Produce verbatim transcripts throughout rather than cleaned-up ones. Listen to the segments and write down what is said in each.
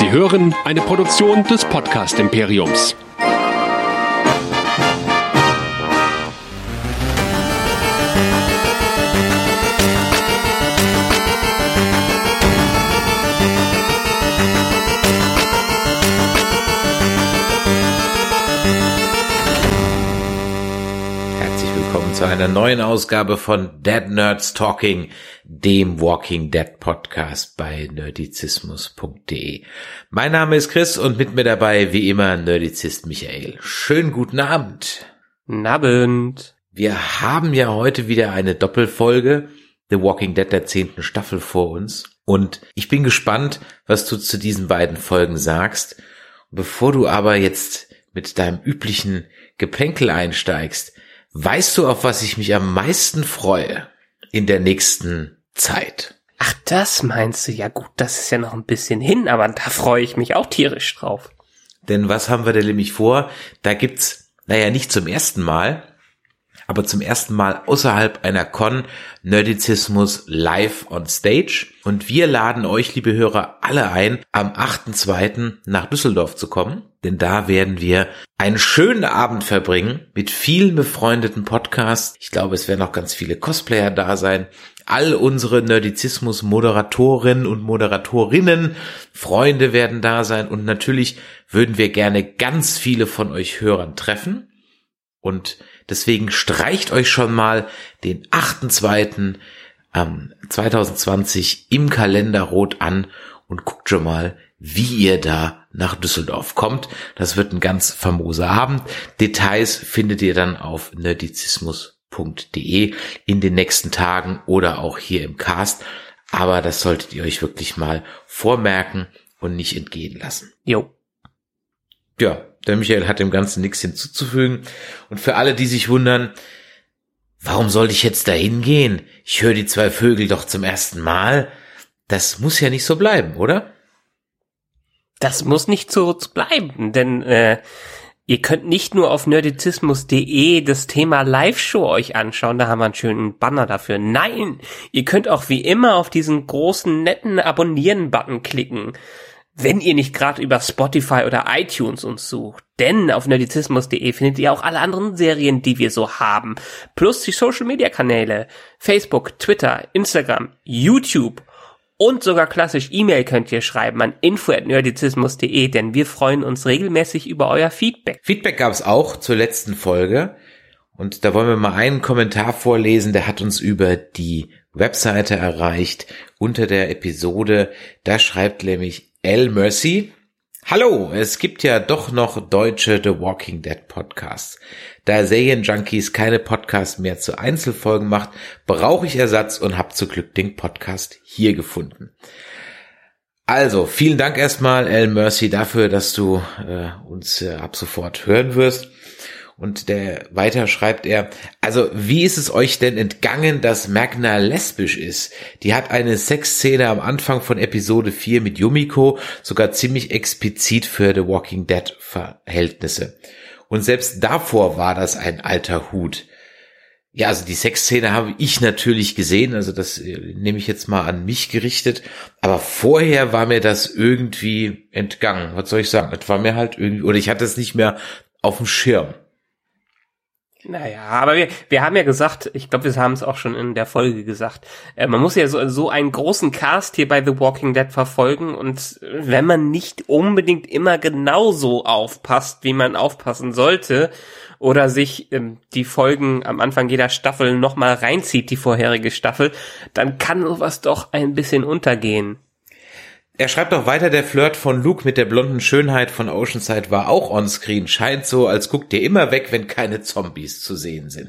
Sie hören eine Produktion des Podcast Imperiums. Zu einer neuen Ausgabe von Dead Nerds Talking, dem Walking Dead Podcast bei nerdizismus punkt de. Mein Name ist Chris und mit mir dabei wie immer Nerdizist Michael. Schönen guten Abend. Guten Abend. Wir haben ja heute wieder eine Doppelfolge The Walking Dead der zehnten Staffel vor uns und ich bin gespannt, was du zu diesen beiden Folgen sagst. Bevor du aber jetzt mit deinem üblichen Geplänkel einsteigst, weißt du, auf was ich mich am meisten freue in der nächsten Zeit? Ach, das meinst du? Ja gut, das ist ja noch ein bisschen hin, aber da freue ich mich auch tierisch drauf. Denn was haben wir denn nämlich vor? Da gibt's, naja, nicht zum ersten Mal, aber zum ersten Mal außerhalb einer Con Nerdizismus live on stage. Und wir laden euch, liebe Hörer, alle ein, am achten zweiten nach Düsseldorf zu kommen. Denn da werden wir einen schönen Abend verbringen mit vielen befreundeten Podcasts. Ich glaube, es werden auch ganz viele Cosplayer da sein. All unsere Nerdizismus-Moderatorinnen und Moderatorinnen, Freunde werden da sein. Und natürlich würden wir gerne ganz viele von euch Hörern treffen. Und deswegen streicht euch schon mal den achten zweiten Ähm, zwanzig zwanzig im Kalender rot an und guckt schon mal, wie ihr da nach Düsseldorf kommt. Das wird ein ganz famoser Abend. Details findet ihr dann auf nerdizismus punkt de in den nächsten Tagen oder auch hier im Cast. Aber das solltet ihr euch wirklich mal vormerken und nicht entgehen lassen. Jo. Ja, der Michael hat dem Ganzen nichts hinzuzufügen. Und für alle, die sich wundern, warum sollte ich jetzt da hingehen? Ich höre die zwei Vögel doch zum ersten Mal. Das muss ja nicht so bleiben, oder? Das muss nicht so bleiben, denn äh, ihr könnt nicht nur auf nerdizismus punkt de das Thema Live-Show euch anschauen, da haben wir einen schönen Banner dafür. Nein, ihr könnt auch wie immer auf diesen großen, netten Abonnieren-Button klicken, wenn ihr nicht gerade über Spotify oder iTunes uns sucht. Denn auf nerdizismus punkt de findet ihr auch alle anderen Serien, die wir so haben. Plus die Social-Media-Kanäle. Facebook, Twitter, Instagram, YouTube und sogar klassisch E-Mail könnt ihr schreiben an info at nerdizismus punkt de, denn wir freuen uns regelmäßig über euer Feedback. Feedback gab es auch zur letzten Folge. Und da wollen wir mal einen Kommentar vorlesen, der hat uns über die Webseite erreicht, unter der Episode. Da schreibt nämlich L. Mercy: Hallo, es gibt ja doch noch deutsche The Walking Dead Podcasts. Da Serienjunkies keine Podcasts mehr zu Einzelfolgen macht, brauche ich Ersatz und habe zu Glück den Podcast hier gefunden. Also, vielen Dank erstmal, L. Mercy, dafür, dass du äh, uns äh, ab sofort hören wirst. Und der weiter schreibt er: Also, wie ist es euch denn entgangen, dass Magna lesbisch ist? Die hat eine Sexszene am Anfang von Episode vier mit Yumiko, sogar ziemlich explizit für The Walking Dead Verhältnisse. Und selbst davor war das ein alter Hut. Ja, also die Sexszene habe ich natürlich gesehen, also das nehme ich jetzt mal an mich gerichtet, aber vorher war mir das irgendwie entgangen. Was soll ich sagen? Es war mir halt irgendwie, oder ich hatte es nicht mehr auf dem Schirm. Naja, aber wir, wir haben ja gesagt, ich glaube, wir haben es auch schon in der Folge gesagt, äh, man muss ja so, so einen großen Cast hier bei The Walking Dead verfolgen und wenn man nicht unbedingt immer genauso aufpasst, wie man aufpassen sollte oder sich ähm, die Folgen am Anfang jeder Staffel nochmal reinzieht, die vorherige Staffel, dann kann sowas doch ein bisschen untergehen. Er schreibt auch weiter, der Flirt von Luke mit der blonden Schönheit von Oceanside war auch onscreen. Scheint so, als guckt ihr immer weg, wenn keine Zombies zu sehen sind.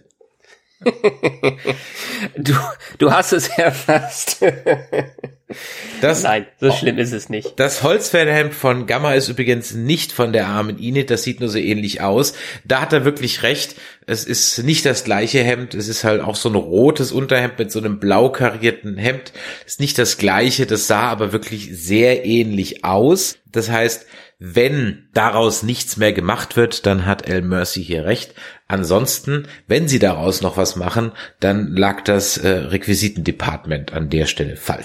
du, du hast es erfasst. Das, Nein, so schlimm ist es nicht. Das Holzfällerhemd von Gamma ist übrigens nicht von der armen Enid, das sieht nur so ähnlich aus. Da hat er wirklich recht, es ist nicht das gleiche Hemd, es ist halt auch so ein rotes Unterhemd mit so einem blau karierten Hemd. Ist nicht das gleiche, das sah aber wirklich sehr ähnlich aus. Das heißt, wenn daraus nichts mehr gemacht wird, dann hat El Mercy hier recht. Ansonsten, wenn sie daraus noch was machen, dann lag das äh, Requisitendepartment an der Stelle falsch.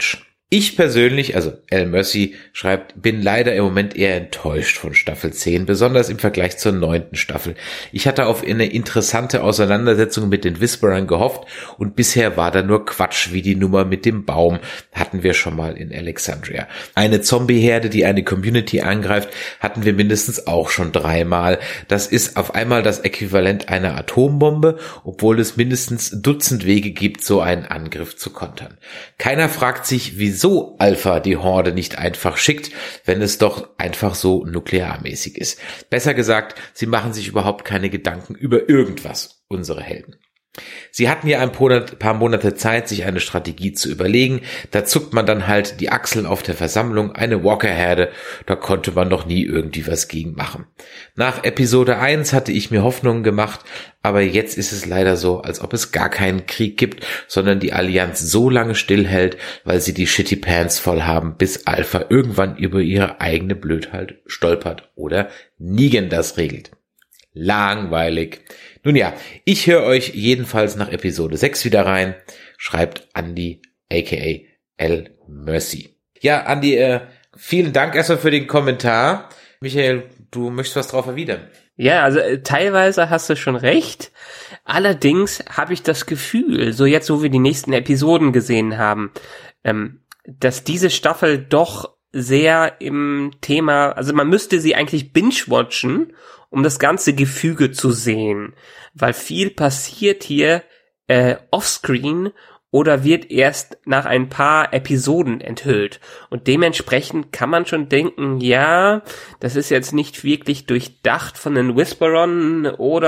Ich persönlich, also L. Mercy schreibt, bin leider im Moment eher enttäuscht von Staffel zehn, besonders im Vergleich zur neunten Staffel. Ich hatte auf eine interessante Auseinandersetzung mit den Whisperern gehofft und bisher war da nur Quatsch, wie die Nummer mit dem Baum, hatten wir schon mal in Alexandria. Eine Zombieherde, die eine Community angreift, hatten wir mindestens auch schon dreimal. Das ist auf einmal das Äquivalent einer Atombombe, obwohl es mindestens Dutzend Wege gibt, so einen Angriff zu kontern. Keiner fragt sich, wieso so Alpha die Horde nicht einfach schickt, wenn es doch einfach so nuklearmäßig ist. Besser gesagt, sie machen sich überhaupt keine Gedanken über irgendwas, unsere Helden. Sie hatten ja ein paar Monate Zeit, sich eine Strategie zu überlegen. Da zuckt man dann halt die Achseln auf der Versammlung, eine Walker-Herde. Da konnte man noch nie irgendwie was gegen machen. Nach Episode eins hatte ich mir Hoffnungen gemacht, aber jetzt ist es leider so, als ob es gar keinen Krieg gibt, sondern die Allianz so lange stillhält, weil sie die Shitty Pants voll haben, bis Alpha irgendwann über ihre eigene Blödheit stolpert oder Negan das regelt. Langweilig. Nun ja, ich höre euch jedenfalls nach Episode sechs wieder rein, schreibt Andy aka L. Mercy. Ja, Andy, äh, vielen Dank erstmal für den Kommentar. Michael, du möchtest was drauf erwidern? Ja, also äh, teilweise hast du schon recht. Allerdings habe ich das Gefühl, so jetzt, wo wir die nächsten Episoden gesehen haben, ähm, dass diese Staffel doch sehr im Thema, also man müsste sie eigentlich binge-watchen, um das ganze Gefüge zu sehen, weil viel passiert hier äh, offscreen oder wird erst nach ein paar Episoden enthüllt. Und dementsprechend kann man schon denken, ja, das ist jetzt nicht wirklich durchdacht von den Whisperern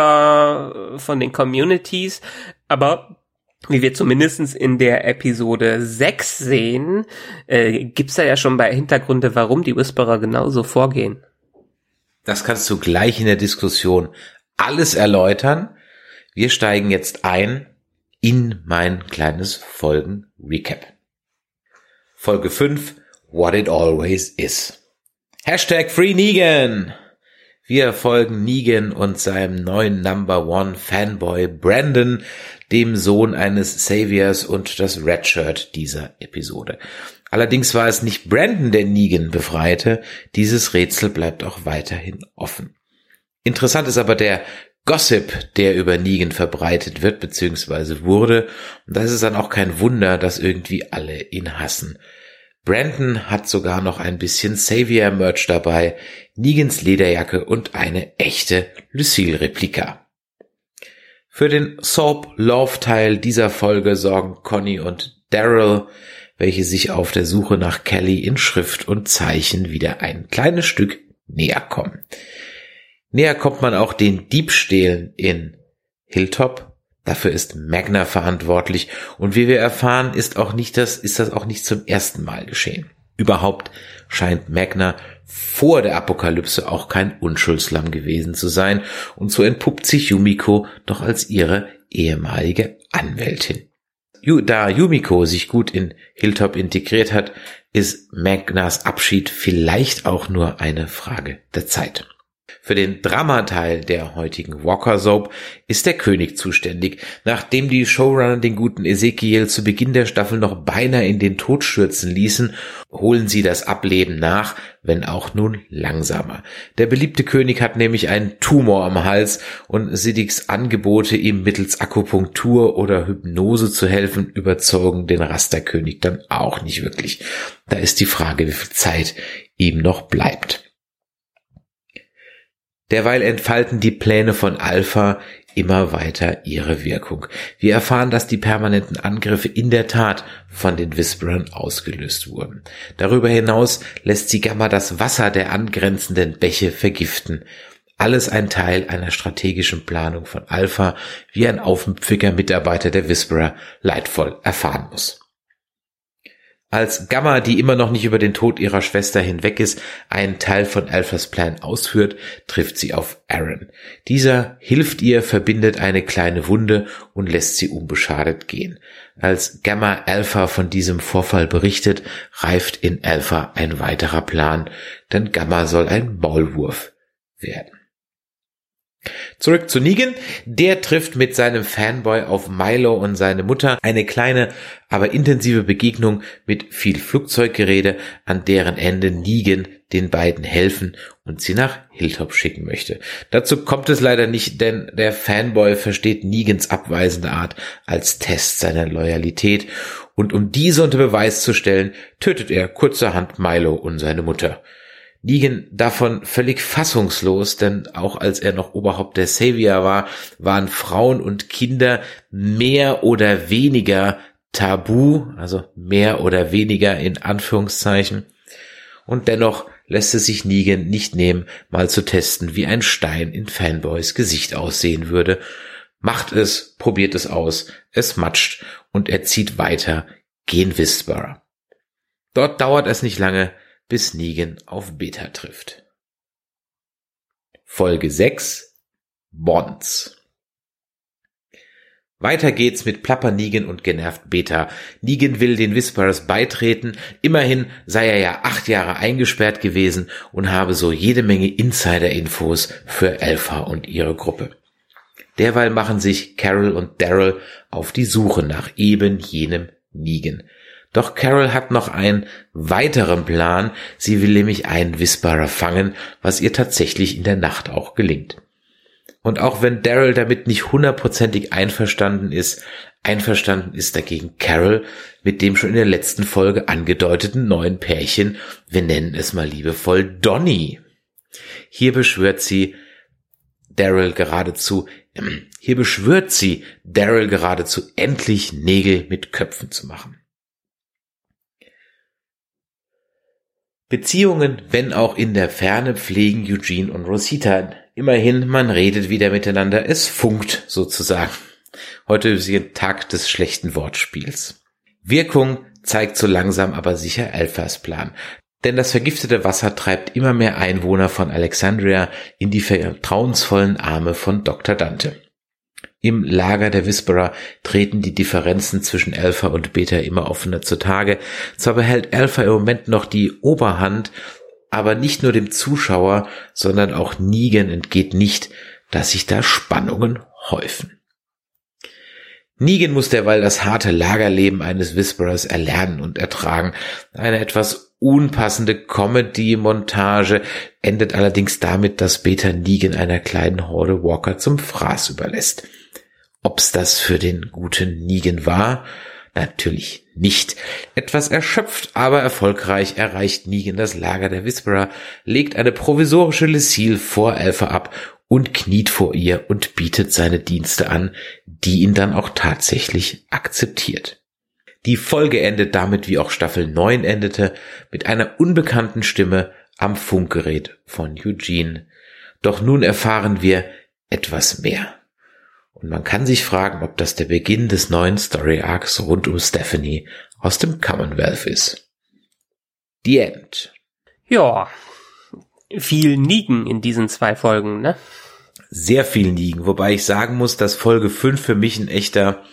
oder von den Communities, aber wie wir zumindest in der Episode sechs sehen, äh, gibt's da ja schon bei Hintergründe, warum die Whisperer genauso vorgehen. Das kannst du gleich in der Diskussion alles erläutern. Wir steigen jetzt ein in mein kleines Folgen-Recap. Folge fünf, What It Always Is. Hashtag Free Negan. Wir folgen Negan und seinem neuen Number One Fanboy Brandon, dem Sohn eines Saviors und das Redshirt dieser Episode. Allerdings war es nicht Brandon, der Negan befreite. Dieses Rätsel bleibt auch weiterhin offen. Interessant ist aber der Gossip, der über Negan verbreitet wird bzw. wurde. Und da ist es dann auch kein Wunder, dass irgendwie alle ihn hassen. Brandon hat sogar noch ein bisschen Savior-Merch dabei, Negans Lederjacke und eine echte Lucille-Replika. Für den Soap-Love-Teil dieser Folge sorgen Connie und Daryl, welche sich auf der Suche nach Kelly in Schrift und Zeichen wieder ein kleines Stück näher kommen. Näher kommt man auch den Diebstählen in Hilltop. Dafür ist Magna verantwortlich und wie wir erfahren, ist auch nicht das, ist das auch nicht zum ersten Mal geschehen. Überhaupt scheint Magna vor der Apokalypse auch kein Unschuldslamm gewesen zu sein und so entpuppt sich Yumiko doch als ihre ehemalige Anwältin. Da Yumiko sich gut in Hilltop integriert hat, ist Magnas Abschied vielleicht auch nur eine Frage der Zeit. Für den Dramateil der heutigen Walker Soap ist der König zuständig. Nachdem die Showrunner den guten Ezekiel zu Beginn der Staffel noch beinahe in den Tod stürzen ließen, holen sie das Ableben nach, wenn auch nun langsamer. Der beliebte König hat nämlich einen Tumor am Hals und Siddiqs Angebote, ihm mittels Akupunktur oder Hypnose zu helfen, überzeugen den Rasterkönig dann auch nicht wirklich. Da ist die Frage, wie viel Zeit ihm noch bleibt. Derweil entfalten die Pläne von Alpha immer weiter ihre Wirkung. Wir erfahren, dass die permanenten Angriffe in der Tat von den Whisperern ausgelöst wurden. Darüber hinaus lässt sie Gamma das Wasser der angrenzenden Bäche vergiften. Alles ein Teil einer strategischen Planung von Alpha, wie ein aufmüpfiger Mitarbeiter der Whisperer leidvoll erfahren muss. Als Gamma, die immer noch nicht über den Tod ihrer Schwester hinweg ist, einen Teil von Alphas Plan ausführt, trifft sie auf Aaron. Dieser hilft ihr, verbindet eine kleine Wunde und lässt sie unbeschadet gehen. Als Gamma Alpha von diesem Vorfall berichtet, reift in Alpha ein weiterer Plan, denn Gamma soll ein Maulwurf werden. Zurück zu Negan. Der trifft mit seinem Fanboy auf Milo und seine Mutter. Eine kleine, aber intensive Begegnung mit viel Flugzeuggerede, an deren Ende Negan den beiden helfen und sie nach Hilltop schicken möchte. Dazu kommt es leider nicht, denn der Fanboy versteht Negans abweisende Art als Test seiner Loyalität und um diese unter Beweis zu stellen, tötet er kurzerhand Milo und seine Mutter. Negan davon völlig fassungslos, denn auch als er noch Oberhaupt der Savior war, waren Frauen und Kinder mehr oder weniger tabu, also mehr oder weniger in Anführungszeichen. Und dennoch lässt es sich Negan nicht nehmen, mal zu testen, wie ein Stein in Fanboys Gesicht aussehen würde. Macht es, probiert es aus, es matscht und er zieht weiter gen Whisperer. Dort dauert es nicht lange, bis Negan auf Beta trifft. Folge sechs. Bonds. Weiter geht's mit Plapper Negan und genervt Beta. Negan will den Whisperers beitreten, immerhin sei er ja acht Jahre eingesperrt gewesen und habe so jede Menge Insider-Infos für Alpha und ihre Gruppe. Derweil machen sich Carol und Daryl auf die Suche nach eben jenem Negan. Doch Carol hat noch einen weiteren Plan, sie will nämlich einen Whisperer fangen, was ihr tatsächlich in der Nacht auch gelingt. Und auch wenn Daryl damit nicht hundertprozentig einverstanden ist, einverstanden ist dagegen Carol mit dem schon in der letzten Folge angedeuteten neuen Pärchen, wir nennen es mal liebevoll Donnie. Hier beschwört sie Daryl geradezu, hier beschwört sie Daryl geradezu endlich Nägel mit Köpfen zu machen. Beziehungen, wenn auch in der Ferne, pflegen Eugene und Rosita. Immerhin, man redet wieder miteinander, es funkt sozusagen. Heute ist ein Tag des schlechten Wortspiels. Wirkung zeigt so langsam aber sicher Alphas Plan. Denn das vergiftete Wasser treibt immer mehr Einwohner von Alexandria in die vertrauensvollen Arme von Doktor Dante. Im Lager der Whisperer treten die Differenzen zwischen Alpha und Beta immer offener zutage. Zwar behält Alpha im Moment noch die Oberhand, aber nicht nur dem Zuschauer, sondern auch Negan entgeht nicht, dass sich da Spannungen häufen. Negan muss derweil das harte Lagerleben eines Whisperers erlernen und ertragen. Eine etwas unpassende Comedy-Montage endet allerdings damit, dass Beta Negan einer kleinen Horde Walker zum Fraß überlässt. Ob's das für den guten Negan war? Natürlich nicht. Etwas erschöpft, aber erfolgreich erreicht Negan das Lager der Whisperer, legt eine provisorische Lucille vor Alpha ab und kniet vor ihr und bietet seine Dienste an, die ihn dann auch tatsächlich akzeptiert. Die Folge endet damit, wie auch Staffel neun endete, mit einer unbekannten Stimme am Funkgerät von Eugene. Doch nun erfahren wir etwas mehr. Und man kann sich fragen, ob das der Beginn des neuen Story Arcs rund um Stephanie aus dem Commonwealth ist. The End. Ja, viel Negan in diesen zwei Folgen, ne? Sehr viel Negan, wobei ich sagen muss, dass Folge fünf für mich ein echter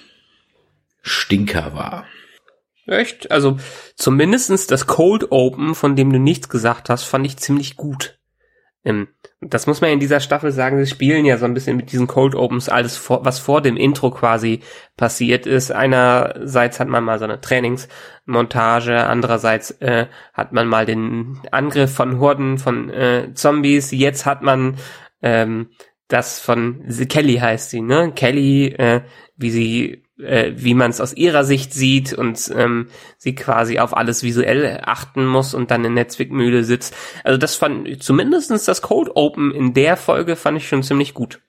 Stinker war. Echt? Also zumindestens das Cold Open, von dem du nichts gesagt hast, fand ich ziemlich gut. Ähm, das muss man in dieser Staffel sagen, sie spielen ja so ein bisschen mit diesen Cold Opens alles vor, was vor dem Intro quasi passiert ist. Einerseits hat man mal so eine Trainingsmontage, andererseits äh, hat man mal den Angriff von Horden von äh, Zombies, jetzt hat man ähm, das von Kelly heißt sie, ne? Kelly, äh, wie sie äh, wie man es aus ihrer Sicht sieht und ähm, sie quasi auf alles visuell achten muss und dann in der Zwickmühle sitzt. Also das fand zumindestens das Cold Open in der Folge fand ich schon ziemlich gut.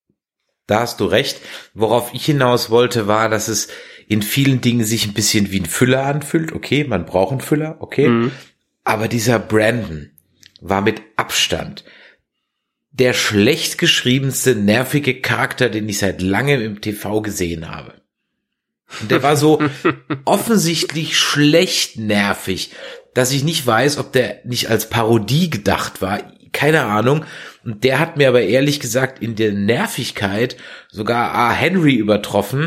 Da hast du recht. Worauf ich hinaus wollte, war, dass es in vielen Dingen sich ein bisschen wie ein Füller anfühlt. Okay, man braucht einen Füller, okay. Mhm. Aber dieser Brandon war mit Abstand der schlecht geschriebenste, nervige Charakter, den ich seit langem im T V gesehen habe. Und der war so offensichtlich schlecht nervig, dass ich nicht weiß, ob der nicht als Parodie gedacht war. Keine Ahnung. Und der hat mir aber ehrlich gesagt in der Nervigkeit sogar A. Henry übertroffen.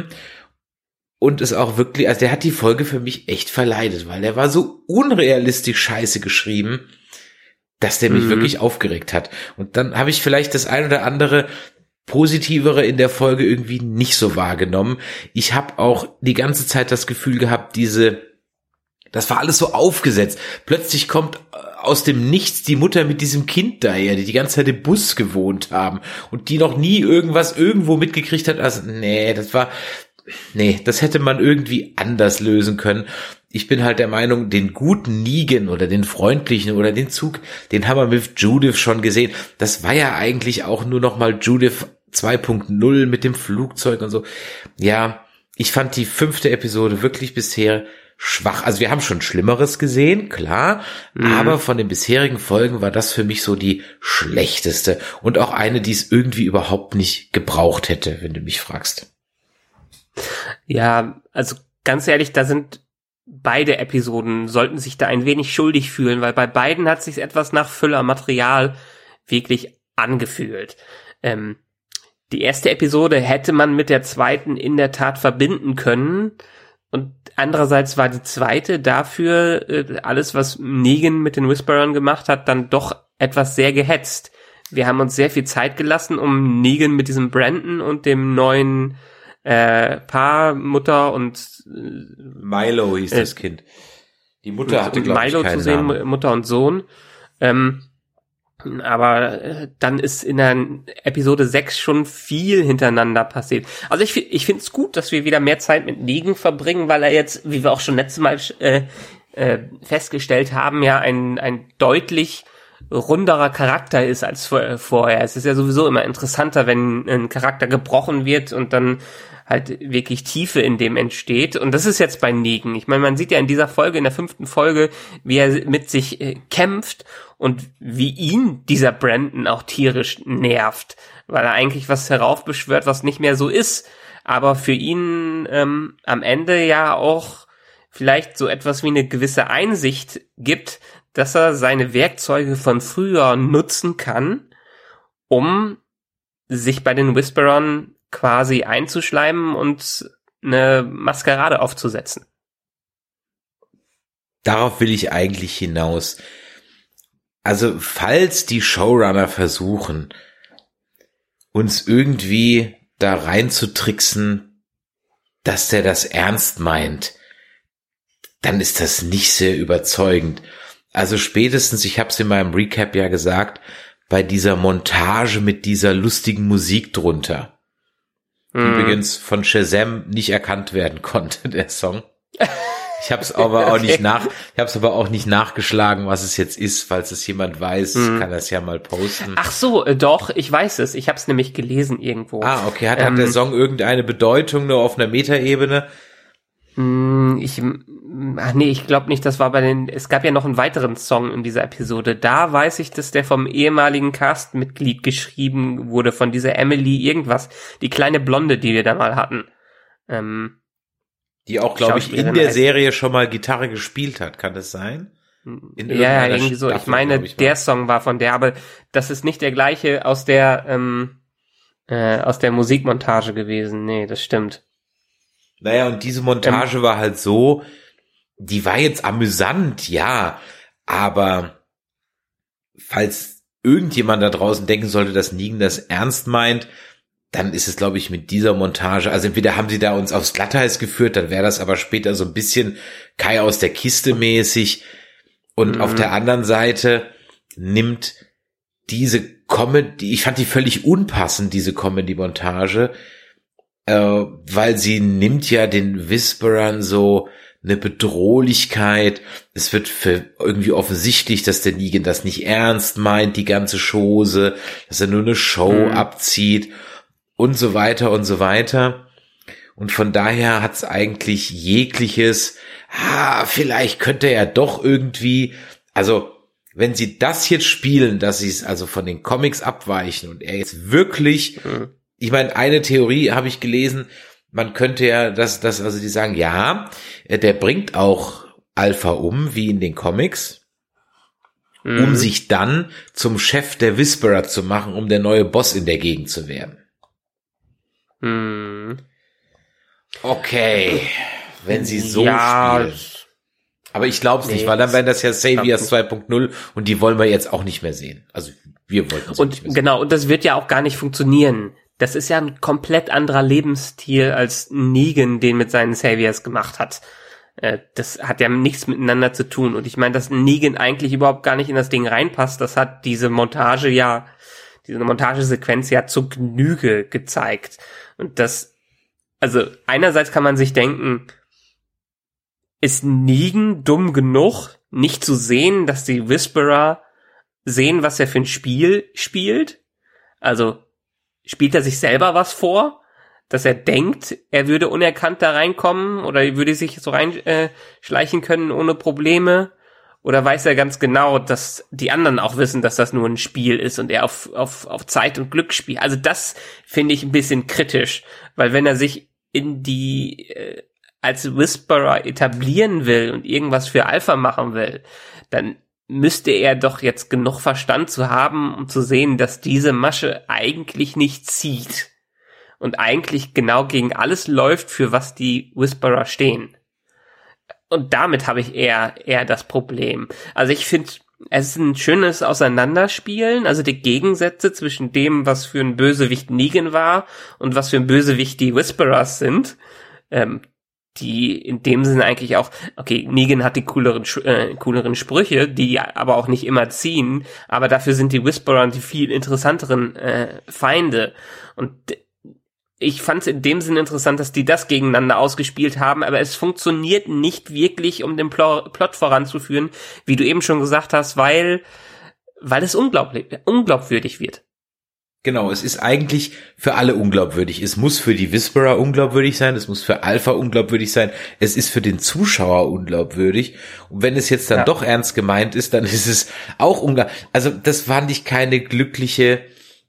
Und es auch wirklich, also der hat die Folge für mich echt verleidet, weil der war so unrealistisch scheiße geschrieben, dass der mich mhm. wirklich aufgeregt hat. Und dann habe ich vielleicht das ein oder andere Positivere in der Folge irgendwie nicht so wahrgenommen. Ich habe auch die ganze Zeit das Gefühl gehabt, diese, das war alles so aufgesetzt. Plötzlich kommt aus dem Nichts die Mutter mit diesem Kind daher, die die ganze Zeit im Bus gewohnt haben und die noch nie irgendwas irgendwo mitgekriegt hat. Also nee, das war, nee, das hätte man irgendwie anders lösen können. Ich bin halt der Meinung, den guten Negan oder den freundlichen oder den Zug, den haben wir mit Judith schon gesehen. Das war ja eigentlich auch nur noch mal Judith zwei Punkt null mit dem Flugzeug und so. Ja, ich fand die fünfte Episode wirklich bisher schwach. Also wir haben schon Schlimmeres gesehen, klar, mhm. aber von den bisherigen Folgen war das für mich so die schlechteste und auch eine, die es irgendwie überhaupt nicht gebraucht hätte, wenn du mich fragst. Ja, also ganz ehrlich, da sind beide Episoden, sollten sich da ein wenig schuldig fühlen, weil bei beiden hat sich etwas nach Füllermaterial wirklich angefühlt. Ähm, die erste Episode hätte man mit der zweiten in der Tat verbinden können und andererseits war die zweite dafür, äh, alles was Negan mit den Whisperern gemacht hat, dann doch etwas sehr gehetzt. Wir haben uns sehr viel Zeit gelassen, um Negan mit diesem Brandon und dem neuen äh, Paar, Mutter und äh, Milo hieß äh, das Kind. Die Mutter hatte, glaube ich, Milo keinen zu sehen, Namen. Mutter und Sohn. Ähm, aber äh, dann ist in der Episode sechs schon viel hintereinander passiert. Also ich, ich finde es gut, dass wir wieder mehr Zeit mit Negan verbringen, weil er jetzt, wie wir auch schon letztes Mal äh, äh, festgestellt haben, ja ein, ein deutlich runderer Charakter ist als vor, vorher. Es ist ja sowieso immer interessanter, wenn ein Charakter gebrochen wird und dann halt wirklich Tiefe in dem entsteht. Und das ist jetzt bei Negan. Ich meine, man sieht ja in dieser Folge, in der fünften Folge, wie er mit sich äh, kämpft und wie ihn dieser Brandon auch tierisch nervt, weil er eigentlich was heraufbeschwört, was nicht mehr so ist. Aber für ihn ähm, am Ende ja auch vielleicht so etwas wie eine gewisse Einsicht gibt, dass er seine Werkzeuge von früher nutzen kann, um sich bei den Whisperern quasi einzuschleimen und eine Maskerade aufzusetzen. Darauf will ich eigentlich hinaus. Also, falls die Showrunner versuchen, uns irgendwie da reinzutricksen, dass der das ernst meint, dann ist das nicht sehr überzeugend. Also spätestens, ich habe es in meinem Recap ja gesagt, bei dieser Montage mit dieser lustigen Musik drunter, die mm. übrigens von Shazam nicht erkannt werden konnte, der Song. Ich habe es aber auch okay. nicht nach, ich habe es aber auch nicht nachgeschlagen, was es jetzt ist. Falls es jemand weiß, mm. kann das ja mal posten. Ach so, äh, doch, ich weiß es. Ich habe es nämlich gelesen irgendwo. Ah, okay. Hat, ähm, hat der Song irgendeine Bedeutung nur auf einer Metaebene? Ich, ach nee, ich glaube nicht, das war bei den, es gab ja noch einen weiteren Song in dieser Episode. Da weiß ich, dass der vom ehemaligen Cast-Mitglied geschrieben wurde, von dieser Emily irgendwas, die kleine Blonde, die wir da mal hatten. Ähm, die auch, glaube ich, in der Serie schon mal Gitarre gespielt hat, kann das sein? In ja, irgendwie so. Staffel, ich meine, ich der Song war von der, aber das ist nicht der gleiche aus der, ähm, äh, aus der Musikmontage gewesen. Nee, das stimmt. Naja, und diese Montage ähm, war halt so, die war jetzt amüsant, ja, aber falls irgendjemand da draußen denken sollte, dass Negan das ernst meint, dann ist es, glaube ich, mit dieser Montage, also entweder haben sie da uns aufs Glatteis geführt, dann wäre das aber später so ein bisschen Kai aus der Kiste mäßig, und mhm. auf der anderen Seite nimmt diese Comedy, ich fand die völlig unpassend, diese Comedy-Montage, Äh, weil sie nimmt ja den Whisperern so eine Bedrohlichkeit. Es wird für irgendwie offensichtlich, dass der Negan das nicht ernst meint, die ganze Chose, dass er nur eine Show mhm. abzieht und so weiter und so weiter. Und von daher hat's eigentlich jegliches, ah, vielleicht könnte er doch irgendwie, also wenn sie das jetzt spielen, dass sie es also von den Comics abweichen und er jetzt wirklich mhm. Ich meine, eine Theorie habe ich gelesen, man könnte ja, dass, dass, also die sagen, ja, der bringt auch Alpha um, wie in den Comics, mhm. um sich dann zum Chef der Whisperer zu machen, um der neue Boss in der Gegend zu werden. Mhm. Okay, wenn sie so ja, spielen. Aber ich glaube es nee, nicht, weil dann wären das ja Saviors zwei Punkt null und die wollen wir jetzt auch nicht mehr sehen. Also wir wollten es und nicht mehr sehen. Genau, und das wird ja auch gar nicht funktionieren. das ist ja ein komplett anderer Lebensstil als Negan, den mit seinen Saviors gemacht hat. Äh, das hat ja nichts miteinander zu tun. Und ich meine, dass Negan eigentlich überhaupt gar nicht in das Ding reinpasst, das hat diese Montage ja, diese Montagesequenz ja zur Genüge gezeigt. Und das, also einerseits kann man sich denken, ist Negan dumm genug, nicht zu sehen, dass die Whisperer sehen, was er für ein Spiel spielt? Also spielt er sich selber was vor, dass er denkt, er würde unerkannt da reinkommen oder würde sich so reinschleichen äh, können ohne Probleme? Oder weiß er ganz genau, dass die anderen auch wissen, dass das nur ein Spiel ist und er auf auf auf Zeit und Glück spielt? Also das finde ich ein bisschen kritisch, weil wenn er sich in die äh, als Whisperer etablieren will und irgendwas für Alpha machen will, dann müsste er doch jetzt genug Verstand zu haben, um zu sehen, dass diese Masche eigentlich nicht zieht und eigentlich genau gegen alles läuft, für was die Whisperer stehen. Und damit habe ich eher eher das Problem. Also ich finde, es ist ein schönes Auseinanderspielen, also die Gegensätze zwischen dem, was für ein Bösewicht Negan war und was für ein Bösewicht die Whisperers sind, ähm, die in dem Sinne eigentlich auch, okay, Negan hat die cooleren äh, cooleren Sprüche, die aber auch nicht immer ziehen, aber dafür sind die Whisperer die viel interessanteren äh, Feinde. Und ich fand es in dem Sinne interessant, dass die das gegeneinander ausgespielt haben, aber es funktioniert nicht wirklich, um den Pl- Plot voranzuführen, wie du eben schon gesagt hast, weil weil es unglaublich, unglaubwürdig wird. Genau, es ist eigentlich für alle unglaubwürdig. Es muss für die Whisperer unglaubwürdig sein, es muss für Alpha unglaubwürdig sein, es ist für den Zuschauer unglaubwürdig. Und wenn es jetzt dann ja. doch ernst gemeint ist, dann ist es auch unglaubwürdig. Also das fand ich keine glückliche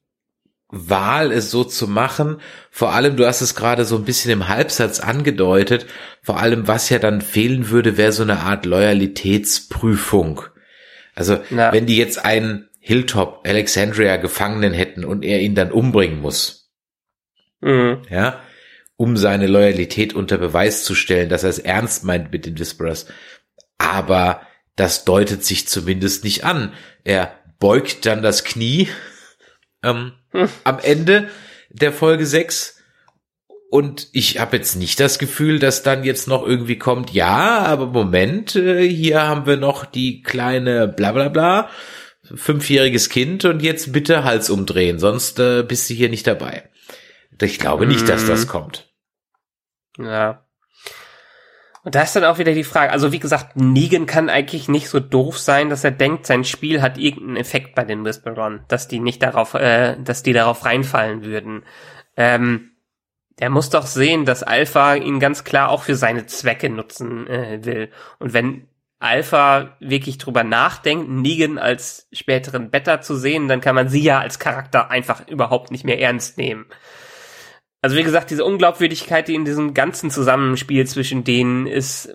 Wahl, es so zu machen. Vor allem, du hast es gerade so ein bisschen im Halbsatz angedeutet, vor allem, was ja dann fehlen würde, wäre so eine Art Loyalitätsprüfung. Also, ja. wenn die jetzt einen Hilltop, Alexandria Gefangenen hätten und er ihn dann umbringen muss, mhm. ja, um seine Loyalität unter Beweis zu stellen, dass er es ernst meint mit den Whisperers. Aber das deutet sich zumindest nicht an. Er beugt dann das Knie, ähm, hm. am Ende der Folge sechs und ich habe jetzt nicht das Gefühl, dass dann jetzt noch irgendwie kommt, ja, aber Moment, äh, hier haben wir noch die kleine bla bla bla, fünfjähriges Kind und jetzt bitte Hals umdrehen, sonst äh, bist du hier nicht dabei. Ich glaube nicht, hm. dass das kommt. Ja. Und da ist dann auch wieder die Frage, also wie gesagt, Negan kann eigentlich nicht so doof sein, dass er denkt, sein Spiel hat irgendeinen Effekt bei den Whisperern, dass die nicht darauf, äh, dass die darauf reinfallen würden. Ähm, der muss doch sehen, dass Alpha ihn ganz klar auch für seine Zwecke nutzen äh, will. Und wenn Alpha wirklich drüber nachdenkt, Negan als späteren Beta zu sehen, dann kann man sie ja als Charakter einfach überhaupt nicht mehr ernst nehmen. Also wie gesagt, diese Unglaubwürdigkeit, die in diesem ganzen Zusammenspiel zwischen denen ist,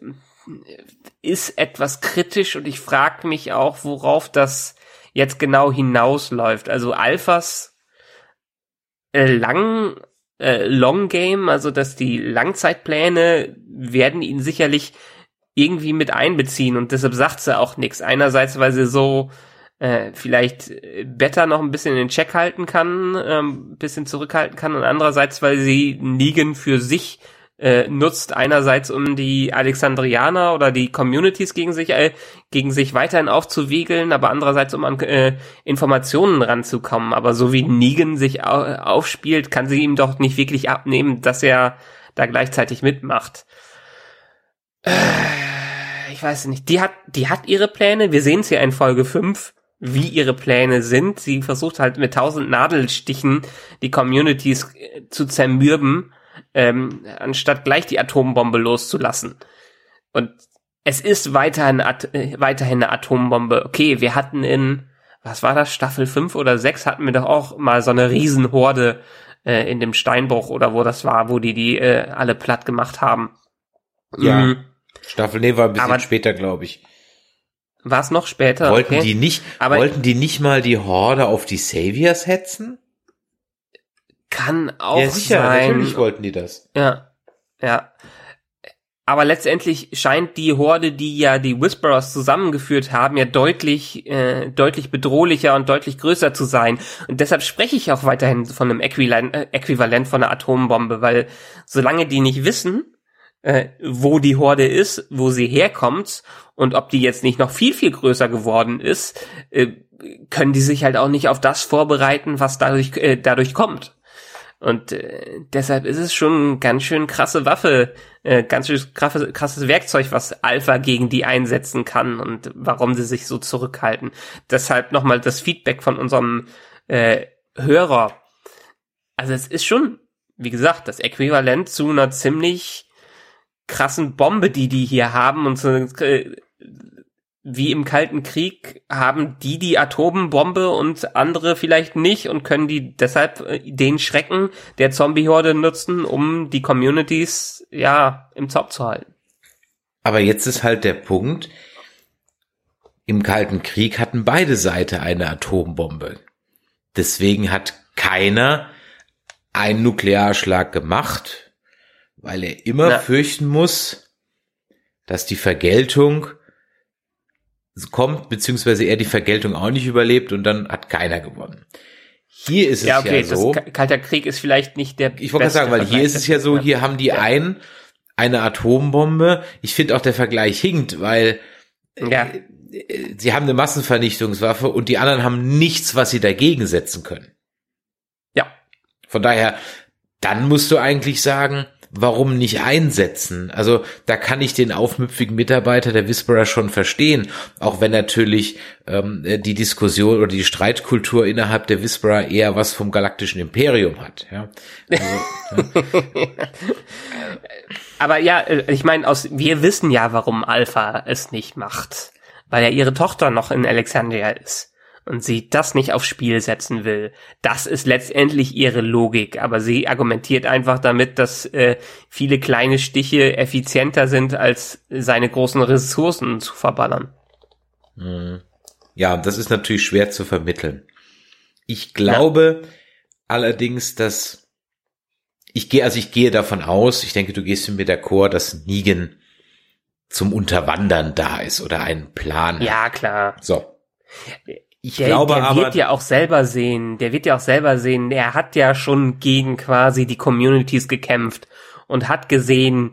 ist etwas kritisch und ich frage mich auch, worauf das jetzt genau hinausläuft. Also Alphas äh, lang, äh, Long Game, also dass die Langzeitpläne werden ihn sicherlich irgendwie mit einbeziehen und deshalb sagt sie auch nichts. Einerseits, weil sie so äh, vielleicht Beta noch ein bisschen in den Check halten kann, ähm, ein bisschen zurückhalten kann und andererseits, weil sie Negan für sich äh, nutzt, einerseits um die Alexandrianer oder die Communities gegen sich äh, gegen sich weiterhin aufzuwiegeln, aber andererseits um an äh, Informationen ranzukommen. Aber so wie Negan sich au- aufspielt, kann sie ihm doch nicht wirklich abnehmen, dass er da gleichzeitig mitmacht. Äh, ich weiß nicht. Die hat, die hat ihre Pläne. Wir sehen es hier in Folge fünf, wie ihre Pläne sind. Sie versucht halt mit tausend Nadelstichen die Communities zu zermürben, ähm, anstatt gleich die Atombombe loszulassen. Und es ist weiterhin, äh, weiterhin eine Atombombe. Okay, wir hatten in, was war das, Staffel fünf oder sechs, hatten wir doch auch mal so eine Riesenhorde äh, in dem Steinbruch oder wo das war, wo die die äh, alle platt gemacht haben. Ja, mhm. Staffel, nee, war ein bisschen aber später, glaube ich. War es noch später? Wollten okay. die nicht, aber wollten die nicht mal die Horde auf die Saviors hetzen? Kann auch ja, sicher, sein. Natürlich wollten die das. Ja, ja. Aber letztendlich scheint die Horde, die ja die Whisperers zusammengeführt haben, ja deutlich äh, deutlich bedrohlicher und deutlich größer zu sein. Und deshalb spreche ich auch weiterhin von einem Äquivalent, äh, Äquivalent von einer Atombombe, weil solange die nicht wissen, äh, wo die Horde ist, wo sie herkommt und ob die jetzt nicht noch viel, viel größer geworden ist, äh, können die sich halt auch nicht auf das vorbereiten, was dadurch äh, dadurch kommt. Und äh, deshalb ist es schon eine ganz schön krasse Waffe, äh, ganz schön krasse, krasses Werkzeug, was Alpha gegen die einsetzen kann und warum sie sich so zurückhalten. Deshalb nochmal das Feedback von unserem äh, Hörer. Also es ist schon, wie gesagt, das Äquivalent zu einer ziemlich krassen Bombe, die die hier haben. Und so, äh, wie im Kalten Krieg haben die die Atombombe und andere vielleicht nicht und können die deshalb den Schrecken der Zombie-Horde nutzen, um die Communities, ja, im Zaum zu halten. Aber jetzt ist halt der Punkt, im Kalten Krieg hatten beide Seiten eine Atombombe. Deswegen hat keiner einen Nuklearschlag gemacht, weil er immer Na. fürchten muss, dass die Vergeltung kommt, beziehungsweise er die Vergeltung auch nicht überlebt und dann hat keiner gewonnen. Hier ist es ja, okay, ja so. Das Kalter Krieg ist vielleicht nicht der Ich wollte sagen, weil hier ist es ja so, hier haben die ja. einen eine Atombombe. Ich finde auch der Vergleich hinkt, weil ja. äh, sie haben eine Massenvernichtungswaffe und die anderen haben nichts, was sie dagegen setzen können. Ja. Von daher, dann musst du eigentlich sagen, warum nicht einsetzen? Also da kann ich den aufmüpfigen Mitarbeiter der Whisperer schon verstehen, auch wenn natürlich ähm, die Diskussion oder die Streitkultur innerhalb der Whisperer eher was vom galaktischen Imperium hat. Ja. Also, ja. Aber ja, ich meine, aus wir wissen ja, warum Alpha es nicht macht, weil ja ihre Tochter noch in Alexandria ist. Und sie das nicht aufs Spiel setzen will. Das ist letztendlich ihre Logik, aber sie argumentiert einfach damit, dass äh, viele kleine Stiche effizienter sind, als seine großen Ressourcen zu verballern. Ja, das ist natürlich schwer zu vermitteln. Ich glaube ja. allerdings, dass ich gehe, also ich gehe davon aus, ich denke, du gehst mit der Chor, dass Negan zum Unterwandern da ist oder einen Plan hat. Ja, klar. So. Ich der, glaube der aber, wird ja auch selber sehen, der wird ja auch selber sehen, er hat ja schon gegen quasi die Communities gekämpft und hat gesehen,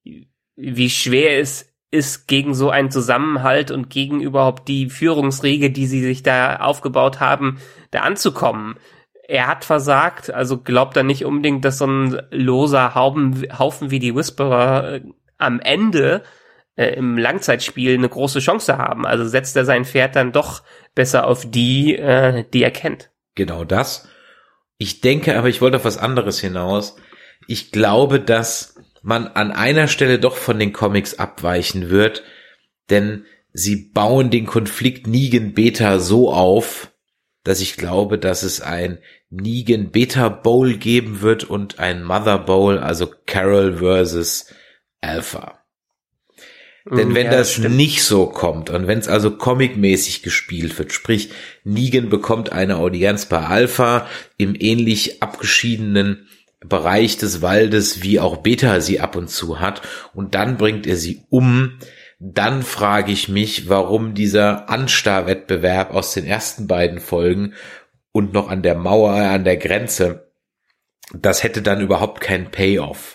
wie schwer es ist, gegen so einen Zusammenhalt und gegen überhaupt die Führungsriege, die sie sich da aufgebaut haben, da anzukommen. Er hat versagt, also glaubt er nicht unbedingt, dass so ein loser Haufen, Haufen wie die Whisperer äh, am Ende äh, im Langzeitspiel eine große Chance haben. Also setzt er sein Pferd dann doch besser auf die, äh, die er kennt. Genau das. Ich denke aber, ich wollte auf was anderes hinaus. Ich glaube, dass man an einer Stelle doch von den Comics abweichen wird, denn sie bauen den Konflikt Negan Beta so auf, dass ich glaube, dass es ein Negan Beta Bowl geben wird und ein Mother Bowl, also Carol versus Alpha. Denn wenn ja, das stimmt. nicht so kommt und wenn es also comicmäßig gespielt wird, sprich Negan bekommt eine Audienz bei Alpha im ähnlich abgeschiedenen Bereich des Waldes, wie auch Beta sie ab und zu hat, und dann bringt er sie um, dann frage ich mich, warum dieser Anstarr-Wettbewerb aus den ersten beiden Folgen und noch an der Mauer, an der Grenze, das hätte dann überhaupt keinen Payoff.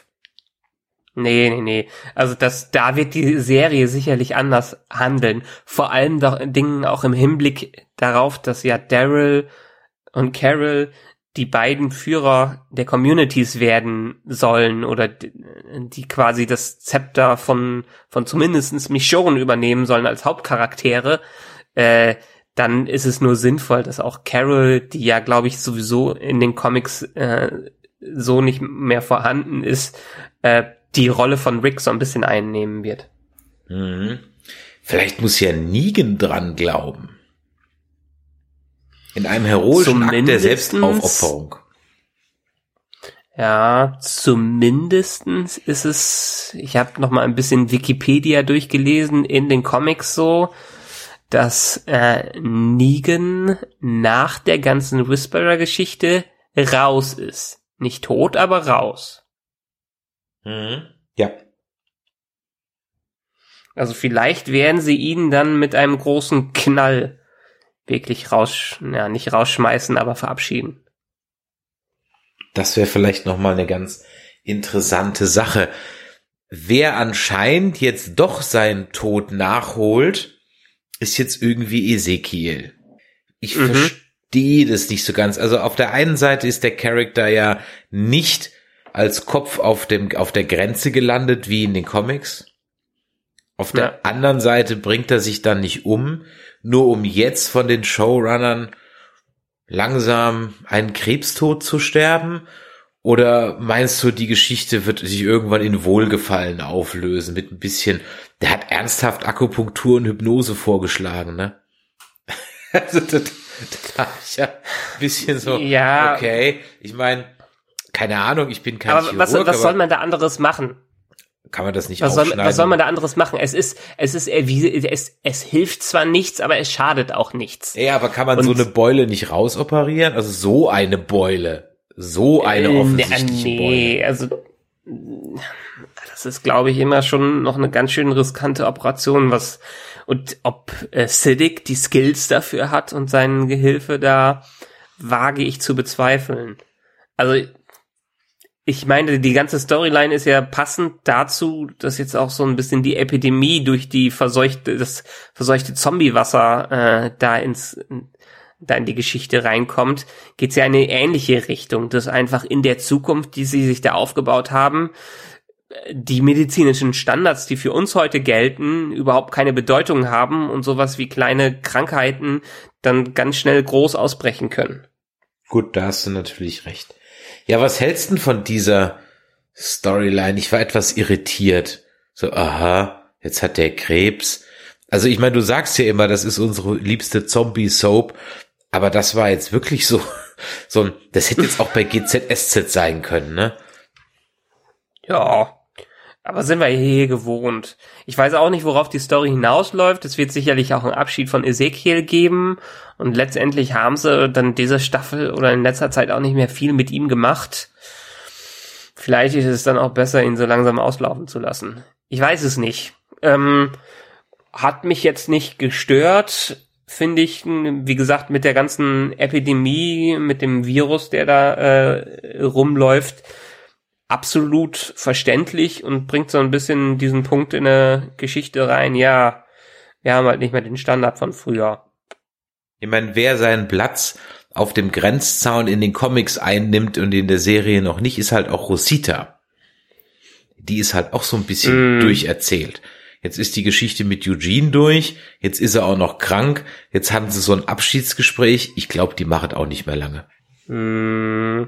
Nee, nee, nee. Also das, da wird die Serie sicherlich anders handeln. Vor allem doch Dingen auch im Hinblick darauf, dass ja Daryl und Carol die beiden Führer der Communities werden sollen oder die, die quasi das Zepter von von zumindestens Michonne übernehmen sollen als Hauptcharaktere. Äh, dann ist es nur sinnvoll, dass auch Carol, die ja, glaube ich, sowieso in den Comics äh, so nicht mehr vorhanden ist, äh, die Rolle von Rick so ein bisschen einnehmen wird. Mhm. Vielleicht muss ja Negan dran glauben. In einem heroischen Akt der Selbstaufopferung. Ja, zumindestens ist es, ich habe noch mal ein bisschen Wikipedia durchgelesen, in den Comics so, dass äh, Negan nach der ganzen Whisperer-Geschichte raus ist. Nicht tot, aber raus. Mhm. Ja. Also vielleicht werden sie ihn dann mit einem großen Knall wirklich raus, ja, nicht rausschmeißen, aber verabschieden. Das wäre vielleicht nochmal eine ganz interessante Sache. Wer anscheinend jetzt doch seinen Tod nachholt, ist jetzt irgendwie Ezekiel. Ich mhm. verstehe das nicht so ganz. Also auf der einen Seite ist der Charakter ja nicht als Kopf auf dem auf der Grenze gelandet wie in den Comics. Auf der ja. anderen Seite bringt er sich dann nicht um, nur um jetzt von den Showrunnern langsam einen Krebstod zu sterben. Oder meinst du, die Geschichte wird sich irgendwann in Wohlgefallen auflösen mit ein bisschen, der hat ernsthaft Akupunktur und Hypnose vorgeschlagen, ne? Also das, das habe ich ja ein bisschen so, ja. Okay, ich meine, keine Ahnung, ich bin kein aber Chirurg. Was, was aber soll man da anderes machen? Kann man das nicht was aufschneiden? Soll, was soll man da anderes machen? Es ist, es ist, es, es hilft zwar nichts, aber es schadet auch nichts. Ja, aber kann man und so eine Beule nicht rausoperieren? Also so eine Beule. So eine offensichtliche nee, Beule. Nee, also das ist, glaube ich, immer schon noch eine ganz schön riskante Operation, was und ob äh, Siddiq die Skills dafür hat und seinen Gehilfe da, wage ich zu bezweifeln. Also ich meine, die ganze Storyline ist ja passend dazu, dass jetzt auch so ein bisschen die Epidemie durch die verseuchte, das verseuchte Zombiewasser äh, da ins da in die Geschichte reinkommt, geht's ja in eine ähnliche Richtung, dass einfach in der Zukunft, die sie sich da aufgebaut haben, die medizinischen Standards, die für uns heute gelten, überhaupt keine Bedeutung haben und sowas wie kleine Krankheiten dann ganz schnell groß ausbrechen können. Gut, da hast du natürlich recht. Ja, was hältst du denn von dieser Storyline? Ich war etwas irritiert. So, aha, jetzt hat der Krebs. Also ich meine, du sagst ja immer, das ist unsere liebste Zombie-Soap, aber das war jetzt wirklich so, so ein, das hätte jetzt auch bei G Z S Z sein können, ne? Ja, aber sind wir hier gewohnt. Ich weiß auch nicht, worauf die Story hinausläuft. Es wird sicherlich auch einen Abschied von Ezekiel geben und letztendlich haben sie dann diese Staffel oder in letzter Zeit auch nicht mehr viel mit ihm gemacht. Vielleicht ist es dann auch besser, ihn so langsam auslaufen zu lassen. Ich weiß es nicht. Ähm, hat mich jetzt nicht gestört, finde ich, wie gesagt, mit der ganzen Epidemie, mit dem Virus, der da äh, rumläuft, absolut verständlich und bringt so ein bisschen diesen Punkt in eine Geschichte rein, ja, wir haben halt nicht mehr den Standard von früher. Ich meine, wer seinen Platz auf dem Grenzzaun in den Comics einnimmt und in der Serie noch nicht, ist halt auch Rosita. Die ist halt auch so ein bisschen mm. durcherzählt. Jetzt ist die Geschichte mit Eugene durch, jetzt ist er auch noch krank, jetzt haben sie so ein Abschiedsgespräch. Ich glaube, die machen auch nicht mehr lange. Mm.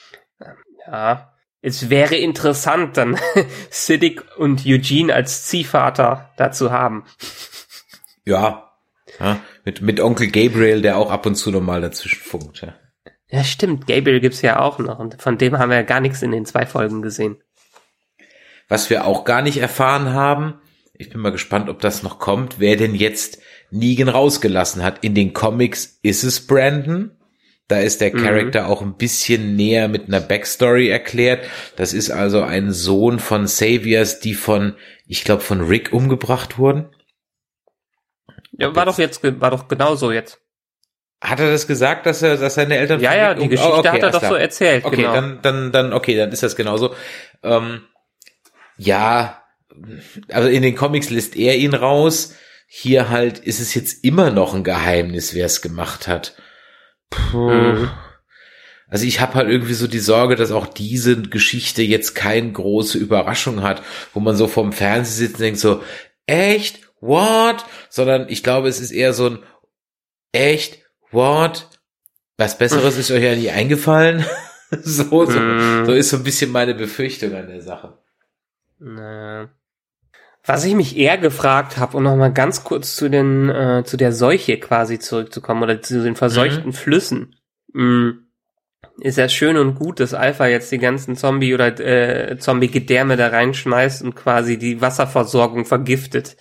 Ja. Es wäre interessant, dann Siddiq und Eugene als Ziehvater dazu haben. Ja, ja mit mit Onkel Gabriel, der auch ab und zu nochmal dazwischen funkt. Ja. Ja, stimmt, Gabriel gibt's ja auch noch und von dem haben wir ja gar nichts in den zwei Folgen gesehen. Was wir auch gar nicht erfahren haben, ich bin mal gespannt, ob das noch kommt, wer denn jetzt Negan rausgelassen hat. In den Comics ist es Brandon. Da ist der Charakter mhm. auch ein bisschen näher mit einer Backstory erklärt. Das ist also ein Sohn von Saviors, die von, ich glaube, von Rick umgebracht wurden. Ja, war doch jetzt, war doch genauso jetzt. Hat er das gesagt, dass er, dass seine Eltern ja, von ja, Rick die um- Geschichte oh, okay, hat er doch klar. so erzählt, okay, genau. dann, dann, dann, okay, dann ist das genauso. Ähm, ja, also in den Comics lässt er ihn raus. Hier halt ist es jetzt immer noch ein Geheimnis, wer es gemacht hat. Puh. Mhm. Also ich habe halt irgendwie so die Sorge, dass auch diese Geschichte jetzt keine große Überraschung hat, wo man so vorm Fernseher sitzt und denkt so, echt? What? Sondern ich glaube, es ist eher so ein, echt? What? Was Besseres ist euch ja nie eingefallen? so, so, mm. so ist so ein bisschen meine Befürchtung an der Sache. Naja. Was ich mich eher gefragt habe, um nochmal ganz kurz zu den äh, zu der Seuche quasi zurückzukommen oder zu den verseuchten mhm. Flüssen, mm, ist ja schön und gut, dass Alpha jetzt die ganzen Zombie- oder äh, Zombie-Gedärme da reinschmeißt und quasi die Wasserversorgung vergiftet.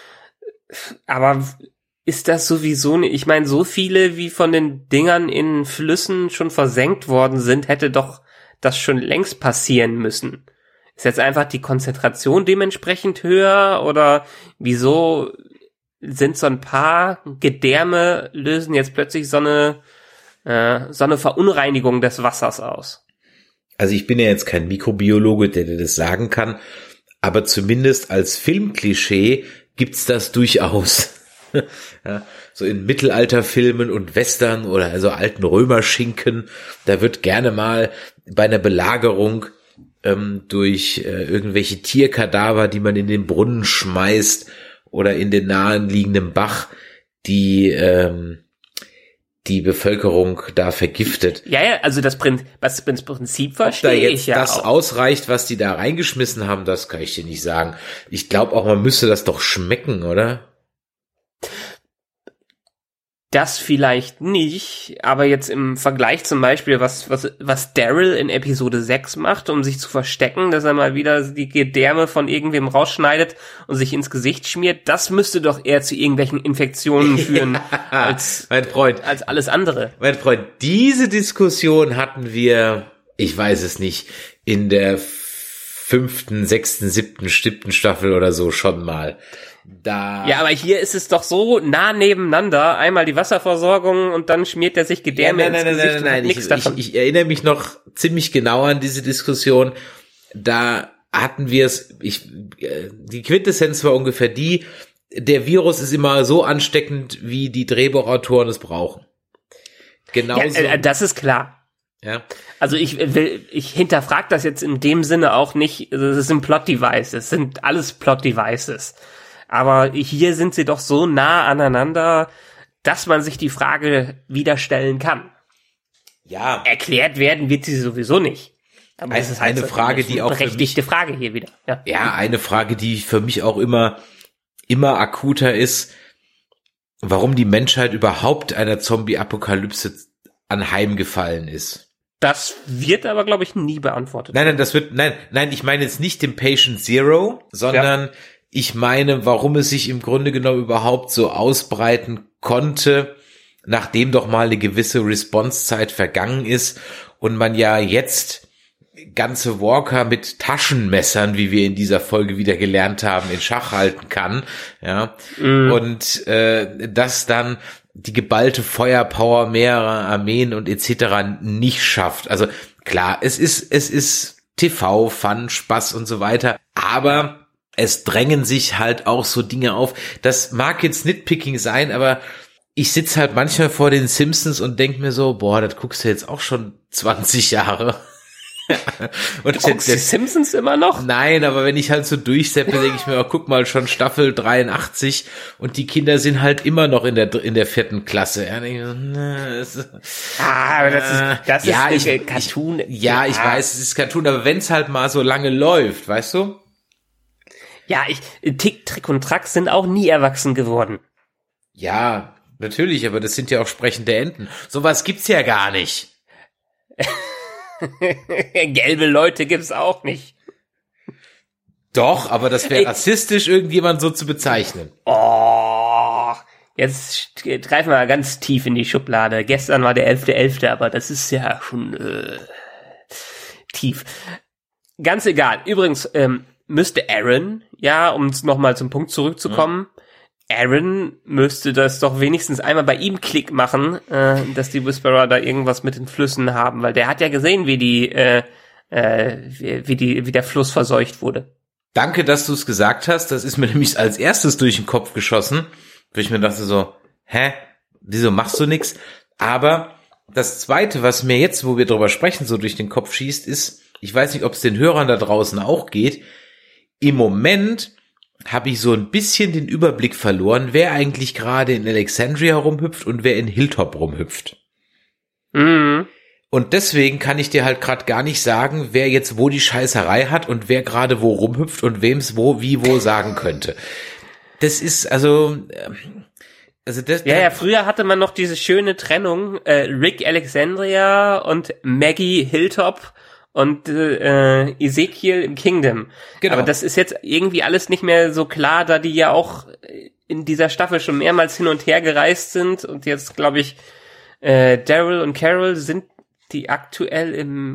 Aber ist das sowieso nicht, ich meine, so viele wie von den Dingern in Flüssen schon versenkt worden sind, hätte doch das schon längst passieren müssen. Ist jetzt einfach die Konzentration dementsprechend höher oder wieso sind so ein paar Gedärme, lösen jetzt plötzlich so eine, äh, so eine Verunreinigung des Wassers aus? Also ich bin ja jetzt kein Mikrobiologe, der dir das sagen kann, aber zumindest als Filmklischee gibt's das durchaus. Ja, so in Mittelalterfilmen und Western oder also alten Römerschinken, da wird gerne mal bei einer Belagerung ähm, durch äh, irgendwelche Tierkadaver, die man in den Brunnen schmeißt oder in den nahen liegenden Bach, die ähm, die Bevölkerung da vergiftet. Ja, ja, also das Prinzip, was das Prinzip verstehe Ob da jetzt ich ja das auch. ausreicht, was die da reingeschmissen haben, das kann ich dir nicht sagen. Ich glaube auch, man müsste das doch schmecken, oder? Das vielleicht nicht, aber jetzt im Vergleich zum Beispiel, was was was Daryl in Episode sechs macht, um sich zu verstecken, dass er mal wieder die Gedärme von irgendwem rausschneidet und sich ins Gesicht schmiert, das müsste doch eher zu irgendwelchen Infektionen führen Ja, als, mein Freund, als alles andere. mein Freund, diese Diskussion hatten wir, ich weiß es nicht, in der fünften, sechsten, siebten, siebten Staffel oder so schon mal. Da Ja, aber hier ist es doch so nah nebeneinander, einmal die Wasserversorgung und dann schmiert er sich Gedärme Ja, nein, ins nein, Gesicht nein, nein, und hat nein. nichts Ich, davon. ich, ich erinnere mich noch ziemlich genau an diese Diskussion. Da hatten wir es, ich, äh, die Quintessenz war ungefähr die, der Virus ist immer so ansteckend, wie die Drehbuchautoren es brauchen. Genauso. Ja, äh, das ist klar. Ja. Also ich will, ich hinterfrage das jetzt in dem Sinne auch nicht, es sind Plot-Devices, es sind alles Plot-Devices. Aber hier sind sie doch so nah aneinander, dass man sich die Frage wieder stellen kann. Ja. Erklärt werden wird sie sowieso nicht. Aber Es es ist eine so Frage, eine die auch für berechtigte mich- Frage hier wieder. Ja. Ja, eine Frage, die für mich auch immer, immer akuter ist, warum die Menschheit überhaupt einer Zombie-Apokalypse anheimgefallen ist. Das wird aber, glaube ich, nie beantwortet. Nein, nein, das wird, nein, nein, ich meine jetzt nicht den Patient Zero, sondern ich meine, warum es sich im Grunde genommen überhaupt so ausbreiten konnte, nachdem doch mal eine gewisse Response-Zeit vergangen ist und man ja jetzt ganze Walker mit Taschenmessern, wie wir in dieser Folge wieder gelernt haben, in Schach halten kann, ja, Mhm. und äh, das dann die geballte Feuerpower mehrerer Armeen und et cetera nicht schafft. Also klar, es ist es ist T V, Fun, Spaß und so weiter, aber es drängen sich halt auch so Dinge auf. Das mag jetzt Nitpicking sein, aber ich sitze halt manchmal vor den Simpsons und denk mir so, boah, das guckst du jetzt auch schon zwanzig Jahre. Und Du guckst die Simpsons immer noch? Nein, aber wenn ich halt so durchseppe, denke ich mir, oh, guck mal, schon Staffel dreiundachtzig und die Kinder sind halt immer noch in der in der vierten Klasse. Ja, denke ich so, na, das, Ah, aber das ist, das ja, ist ich, ein Cartoon. Ich, ja, ich weiß, es ist Cartoon, aber wenn es halt mal so lange läuft, weißt du? Ja, ich, Tick, Trick und Track sind auch nie erwachsen geworden. Ja, natürlich, aber das sind ja auch sprechende Enten. Sowas gibt's ja gar nicht. Gelbe Leute gibt's auch nicht. Doch, aber das wäre Ey. rassistisch, irgendjemand so zu bezeichnen. Oh, jetzt greifen wir ganz tief in die Schublade. Gestern war der elfte elfte, aber das ist ja schon äh, tief. Ganz egal. Übrigens, ähm, müsste Aaron, ja, um nochmal zum Punkt zurückzukommen, mhm. Aaron müsste das doch wenigstens einmal bei ihm Klick machen, äh, dass die Whisperer da irgendwas mit den Flüssen haben, weil der hat ja gesehen, wie die, äh, äh, wie, wie die, wie der Fluss verseucht wurde. Danke, dass du es gesagt hast. Das ist mir nämlich als erstes durch den Kopf geschossen, wo ich mir dachte so, hä, wieso machst du nix? Aber das Zweite, was mir jetzt, wo wir drüber sprechen, so durch den Kopf schießt, ist, ich weiß nicht, ob es den Hörern da draußen auch geht, im Moment habe ich so ein bisschen den Überblick verloren, wer eigentlich gerade in Alexandria rumhüpft und wer in Hilltop rumhüpft. Mhm. Und deswegen kann ich dir halt gerade gar nicht sagen, wer jetzt wo die Scheißerei hat und wer gerade wo rumhüpft und wem's wo, wie, wo sagen könnte. Das ist also, also das. Ja, ja, früher hatte man noch diese schöne Trennung, äh, Rick Alexandria und Maggie Hilltop und äh, Ezekiel im Kingdom. Genau. Aber das ist jetzt irgendwie alles nicht mehr so klar, da die ja auch in dieser Staffel schon mehrmals hin und her gereist sind und jetzt, glaube ich, äh, Daryl und Carol sind die aktuell im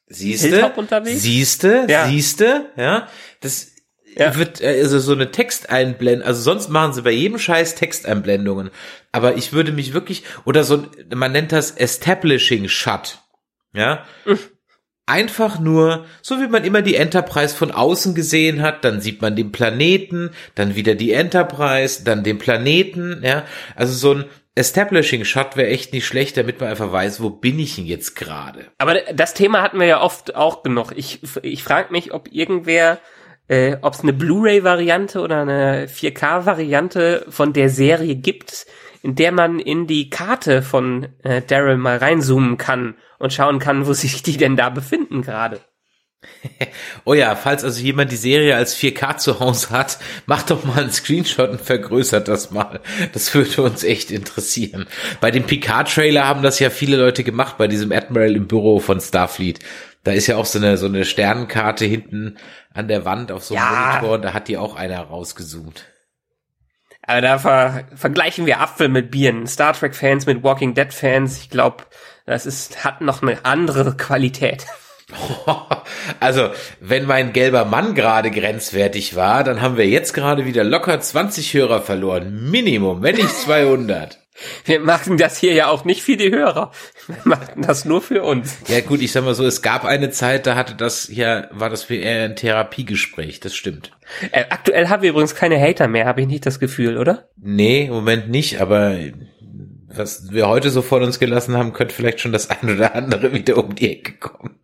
Siehste, Hilltop unterwegs? Siehste, Ja. siehste, ja, das Ja. wird, also so eine Texteinblendung, also sonst machen sie bei jedem Scheiß Texteinblendungen, aber ich würde mich wirklich, oder so, man nennt das Establishing Shot, ja, einfach nur, so wie man immer die Enterprise von außen gesehen hat, dann sieht man den Planeten, dann wieder die Enterprise, dann den Planeten, ja, also so ein Establishing Shot wäre echt nicht schlecht, damit man einfach weiß, wo bin ich denn jetzt gerade. Aber das Thema hatten wir ja oft auch genug. Ich, ich frage mich, ob irgendwer, äh, ob es eine Blu-ray-Variante oder eine vier K-Variante von der Serie gibt, in der man in die Karte von äh, Daryl mal reinzoomen kann und schauen kann, wo sich die denn da befinden gerade. Oh ja, falls also jemand die Serie als vier K zu Hause hat, macht doch mal einen Screenshot und vergrößert das mal. Das würde uns echt interessieren. Bei dem Picard-Trailer haben das ja viele Leute gemacht, bei diesem Admiral im Büro von Starfleet. Da ist ja auch so eine so eine Sternenkarte hinten an der Wand auf so einem Ja. Monitor und da hat die auch einer rausgezoomt. Aber da ver vergleichen wir Apfel mit Birnen. Star Trek-Fans mit Walking Dead-Fans. Ich glaube, das ist hat noch eine andere Qualität. Also, wenn mein gelber Mann gerade grenzwertig war, dann haben wir jetzt gerade wieder locker zwanzig Hörer verloren. Minimum, wenn nicht zweihundert. Wir machen das hier ja auch nicht für die Hörer. Wir machen das nur für uns. Ja gut, ich sag mal so, es gab eine Zeit, da hatte das hier, war das eher ein Therapiegespräch, das stimmt. Äh, aktuell haben wir übrigens keine Hater mehr, habe ich nicht das Gefühl, oder? Nee, im Moment nicht, aber was wir heute so vor uns gelassen haben, könnte vielleicht schon das ein oder andere wieder um die Ecke kommen.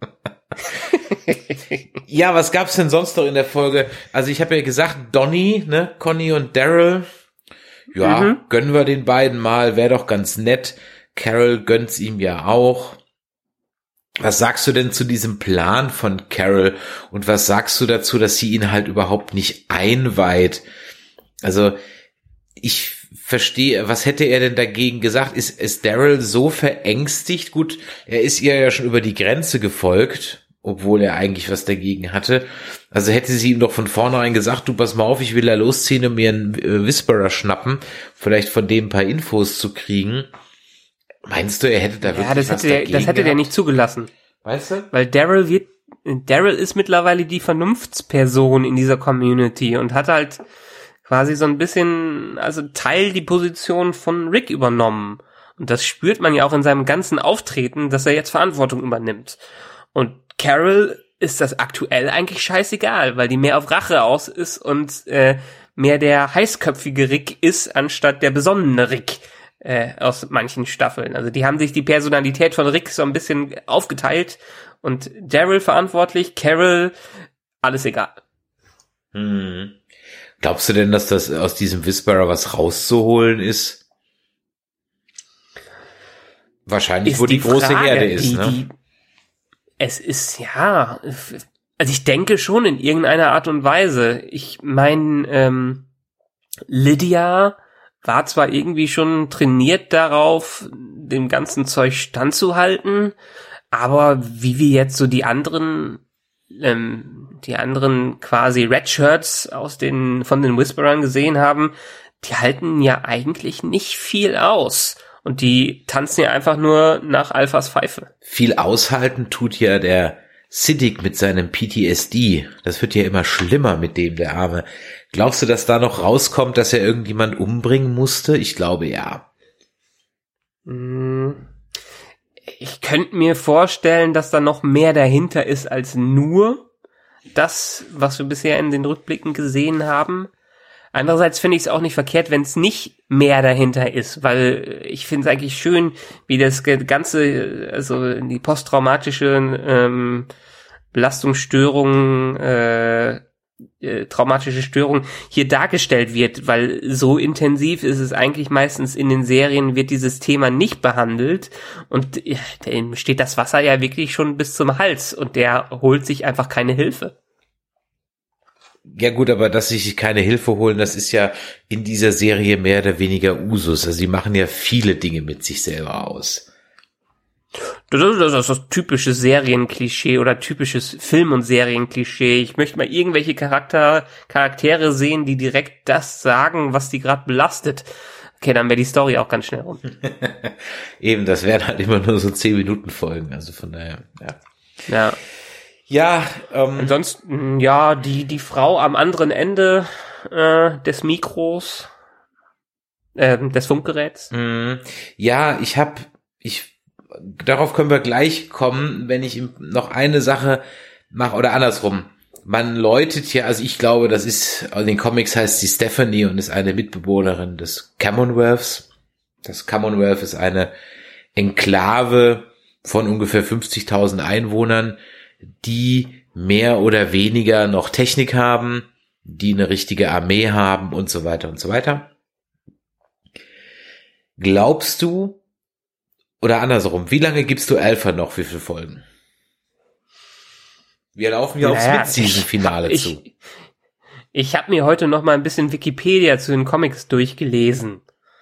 Ja, was gab's denn sonst noch in der Folge? Also ich habe ja gesagt, Donnie, ne, Connie und Daryl, ja, mhm. gönnen wir den beiden mal, wäre doch ganz nett. Carol gönnt's ihm ja auch. Was sagst du denn zu diesem Plan von Carol und was sagst du dazu, dass sie ihn halt überhaupt nicht einweiht? Also ich verstehe, was hätte er denn dagegen gesagt? Ist, ist Daryl so verängstigt? Gut, er ist ihr ja schon über die Grenze gefolgt, obwohl er eigentlich was dagegen hatte. Also hätte sie ihm doch von vornherein gesagt, du pass mal auf, ich will da losziehen und mir einen Whisperer schnappen, vielleicht von dem ein paar Infos zu kriegen. Meinst du, er hätte da ja, wirklich das was hätte dagegen der, das hätte gehabt? der nicht zugelassen. Weißt du? Weil Daryl wird, Daryl ist mittlerweile die Vernunftsperson in dieser Community und hat halt quasi so ein bisschen, also Teil die Position von Rick übernommen. Und das spürt man ja auch in seinem ganzen Auftreten, dass er jetzt Verantwortung übernimmt. Und Carol ist das aktuell eigentlich scheißegal, weil die mehr auf Rache aus ist und äh, mehr der heißköpfige Rick ist, anstatt der besonnene Rick äh, aus manchen Staffeln. Also die haben sich die Personalität von Rick so ein bisschen aufgeteilt und Daryl verantwortlich, Carol, alles egal. Hm. Glaubst du denn, dass das aus diesem Whisperer was rauszuholen ist? Wahrscheinlich, Ist wo die, die große Frage, Herde ist, die, ne? Die, es ist, ja, also ich denke schon in irgendeiner Art und Weise. Ich meine, ähm, Lydia war zwar irgendwie schon trainiert darauf, dem ganzen Zeug standzuhalten, aber wie wir jetzt so die anderen, ähm, die anderen quasi Red Shirts aus den, von den Whisperern gesehen haben, die halten ja eigentlich nicht viel aus. Und die tanzen ja einfach nur nach Alphas Pfeife. Viel aushalten tut ja der Siddiq mit seinem P T S D. Das wird ja immer schlimmer mit dem, der Arme. Glaubst du, dass da noch rauskommt, dass er irgendjemand umbringen musste? Ich glaube, ja. Ich könnte mir vorstellen, dass da noch mehr dahinter ist als nur das, was wir bisher in den Rückblicken gesehen haben. Andererseits finde ich es auch nicht verkehrt, wenn es nicht mehr dahinter ist, weil ich finde es eigentlich schön, wie das Ganze, also die posttraumatische ähm, Belastungsstörung, äh, äh, traumatische Störung hier dargestellt wird, weil so intensiv ist es eigentlich meistens in den Serien, wird dieses Thema nicht behandelt und ja, dem steht das Wasser ja wirklich schon bis zum Hals und der holt sich einfach keine Hilfe. Ja gut, aber dass sie sich keine Hilfe holen, das ist ja in dieser Serie mehr oder weniger Usus. Also sie machen ja viele Dinge mit sich selber aus. Das ist das, ist das typische Serienklischee oder typisches Film- und Serienklischee. Ich möchte mal irgendwelche Charakter, Charaktere sehen, die direkt das sagen, was die gerade belastet. Okay, dann wäre die Story auch ganz schnell rum. Eben, das wären halt immer nur so zehn Minuten Folgen. Also von daher, ja. Ja. Ja, ähm. Ansonsten, ja, die, die Frau am anderen Ende äh, des Mikros, äh, des Funkgeräts. Mh, ja, ich hab, ich, darauf können wir gleich kommen, wenn ich noch eine Sache mache, oder andersrum. Man läutet hier, also ich glaube, das ist, in den Comics heißt sie Stephanie und ist eine Mitbewohnerin des Commonwealths. Das Commonwealth ist eine Enklave von ungefähr fünfzigtausend Einwohnern, die mehr oder weniger noch Technik haben, die eine richtige Armee haben und so weiter und so weiter. Glaubst du, oder andersrum, wie lange gibst du Alpha noch? Wie viele Folgen? Wir laufen ja naja, aufs Mid-Season-Finale ich, zu. Ich, ich habe mir heute noch mal ein bisschen Wikipedia zu den Comics durchgelesen.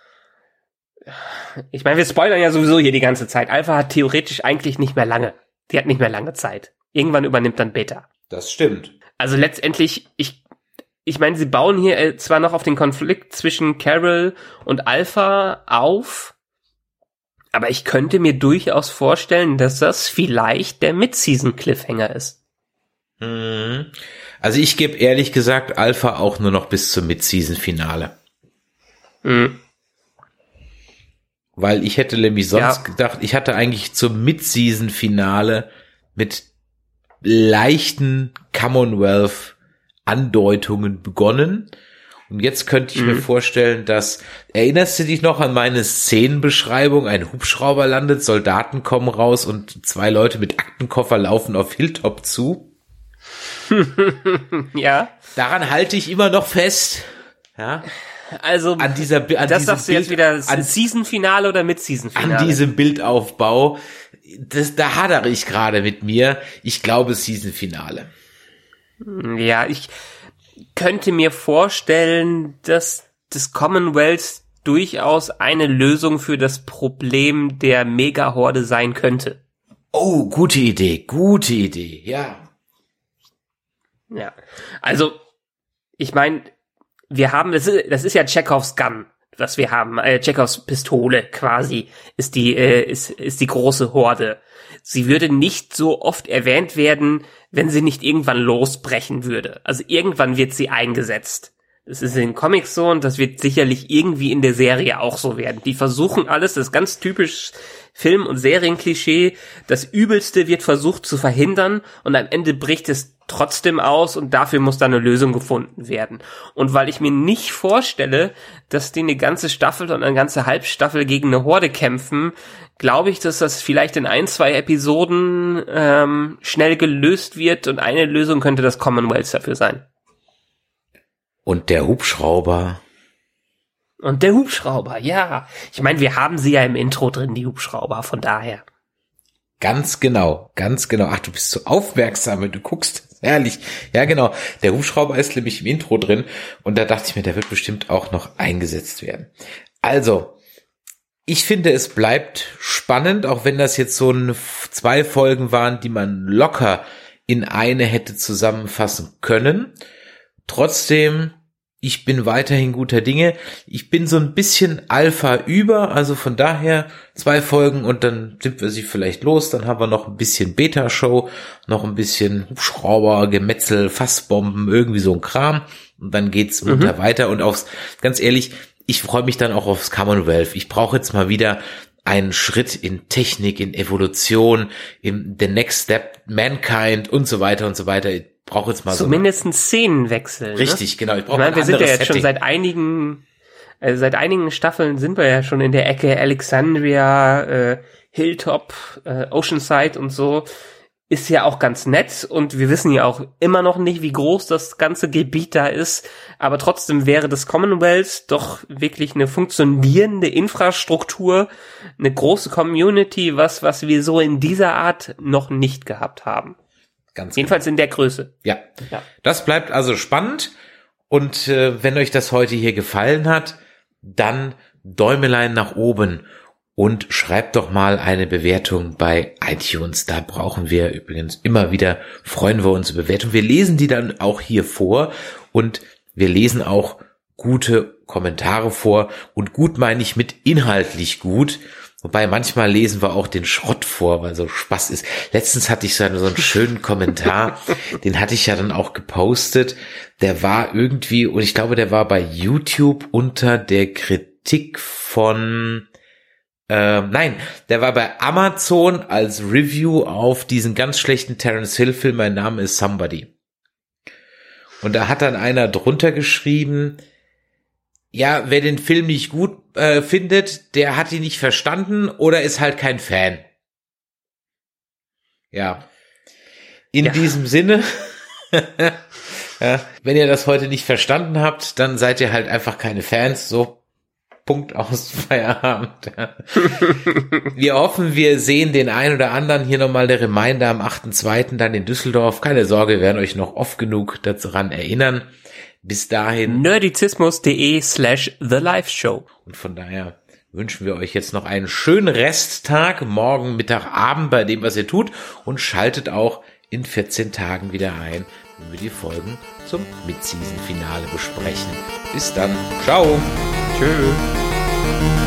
Ich meine, wir spoilern ja sowieso hier die ganze Zeit. Alpha hat theoretisch eigentlich nicht mehr lange. Die hat nicht mehr lange Zeit. Irgendwann übernimmt dann Beta. Das stimmt. Also letztendlich, ich ich meine, sie bauen hier äh, zwar noch auf den Konflikt zwischen Carol und Alpha auf, aber ich könnte mir durchaus vorstellen, dass das vielleicht der Mid-Season-Cliffhanger ist. Also ich gebe ehrlich gesagt Alpha auch nur noch bis zum Mid-Season-Finale. Mhm. Weil ich hätte nämlich sonst ja. gedacht, ich hatte eigentlich zum Mid-Season-Finale mit leichten Commonwealth-Andeutungen begonnen. Und jetzt könnte ich mhm. mir vorstellen, dass, erinnerst du dich noch an meine Szenenbeschreibung? Ein Hubschrauber landet, Soldaten kommen raus und zwei Leute mit Aktenkoffer laufen auf Hilltop zu. Ja. Daran halte ich immer noch fest. Ja. Also, an dieser, an das sagst du Bild, jetzt wieder Season-Finale oder Mid-Season-Finale? An diesem Bildaufbau, das, da hadere ich gerade mit mir. Ich glaube Season-Finale. Ja, ich könnte mir vorstellen, dass das Commonwealth durchaus eine Lösung für das Problem der Mega-Horde sein könnte. Oh, gute Idee, gute Idee, ja. Ja, also, ich meine, wir haben, das ist, das ist ja Chekhovs Gun, was wir haben, äh, Chekhovs Pistole quasi, ist die, äh, ist, ist die große Horde. Sie würde nicht so oft erwähnt werden, wenn sie nicht irgendwann losbrechen würde. Also irgendwann wird sie eingesetzt. Das ist in den Comics so und das wird sicherlich irgendwie in der Serie auch so werden. Die versuchen alles, das ist ganz typisch Film- und Serienklischee, das Übelste wird versucht zu verhindern und am Ende bricht es trotzdem aus und dafür muss dann eine Lösung gefunden werden. Und weil ich mir nicht vorstelle, dass die eine ganze Staffel und eine ganze Halbstaffel gegen eine Horde kämpfen, glaube ich, dass das vielleicht in ein, zwei Episoden ähm, schnell gelöst wird und eine Lösung könnte das Commonwealth dafür sein. Und der Hubschrauber. Und der Hubschrauber, ja. Ich meine, wir haben sie ja im Intro drin, die Hubschrauber, von daher. Ganz genau, ganz genau. Ach, du bist so aufmerksam, wenn du guckst. Herrlich. Ja, genau. Der Hubschrauber ist nämlich im Intro drin und da dachte ich mir, der wird bestimmt auch noch eingesetzt werden. Also, ich finde, es bleibt spannend, auch wenn das jetzt so ein, zwei Folgen waren, die man locker in eine hätte zusammenfassen können. Trotzdem, ich bin weiterhin guter Dinge. Ich bin so ein bisschen Alpha über, also von daher zwei Folgen und dann sind wir sie vielleicht los. Dann haben wir noch ein bisschen Beta-Show, noch ein bisschen Hubschrauber, Gemetzel, Fassbomben, irgendwie so ein Kram. Und dann geht's munter mhm. weiter. Und aufs, ganz ehrlich, ich freue mich dann auch aufs Commonwealth. Ich brauche jetzt mal wieder einen Schritt in Technik, in Evolution, in the next step, Mankind und so weiter und so weiter. Brauche jetzt mal zumindest so einen Szenenwechsel. Richtig, ne? genau. Ich brauche ich meine, wir sind ja jetzt Setting. schon seit einigen, äh, seit einigen Staffeln sind wir ja schon in der Ecke Alexandria, äh, Hilltop, äh, Oceanside und so. Ist ja auch ganz nett und wir wissen ja auch immer noch nicht, wie groß das ganze Gebiet da ist, aber trotzdem wäre das Commonwealth doch wirklich eine funktionierende Infrastruktur, eine große Community, was was wir so in dieser Art noch nicht gehabt haben. Ganz Jedenfalls genau. In der Größe. Ja. ja, das bleibt also spannend und äh, wenn euch das heute hier gefallen hat, dann Däumelein nach oben und schreibt doch mal eine Bewertung bei iTunes. Da brauchen wir übrigens immer wieder, freuen wir uns über Bewertungen. Wir lesen die dann auch hier vor und wir lesen auch gute Kommentare vor und gut meine ich mit inhaltlich gut. Wobei manchmal lesen wir auch den Schrott vor, weil so Spaß ist. Letztens hatte ich so einen, so einen schönen Kommentar, den hatte ich ja dann auch gepostet. Der war irgendwie, und ich glaube, der war bei YouTube unter der Kritik von, äh, nein, der war bei Amazon als Review auf diesen ganz schlechten Terence Hill Film, Mein Name ist Somebody. Und da hat dann einer drunter geschrieben, ja, wer den Film nicht gut äh, findet, der hat ihn nicht verstanden oder ist halt kein Fan. Ja. In ja. diesem Sinne, ja, wenn ihr das heute nicht verstanden habt, dann seid ihr halt einfach keine Fans. So, Punkt aus, Feierabend. Ja. Wir hoffen, wir sehen den einen oder anderen. Hier nochmal der Reminder am achten zweiten dann in Düsseldorf. Keine Sorge, wir werden euch noch oft genug daran erinnern. Bis dahin nerdizismus.de slash the live show. Und von daher wünschen wir euch jetzt noch einen schönen Resttag, morgen, Mittag, Abend bei dem, was ihr tut, und schaltet auch in vierzehn Tagen wieder ein, wenn wir die Folgen zum Mid-Season-Finale besprechen. Bis dann. Ciao. Tschüss.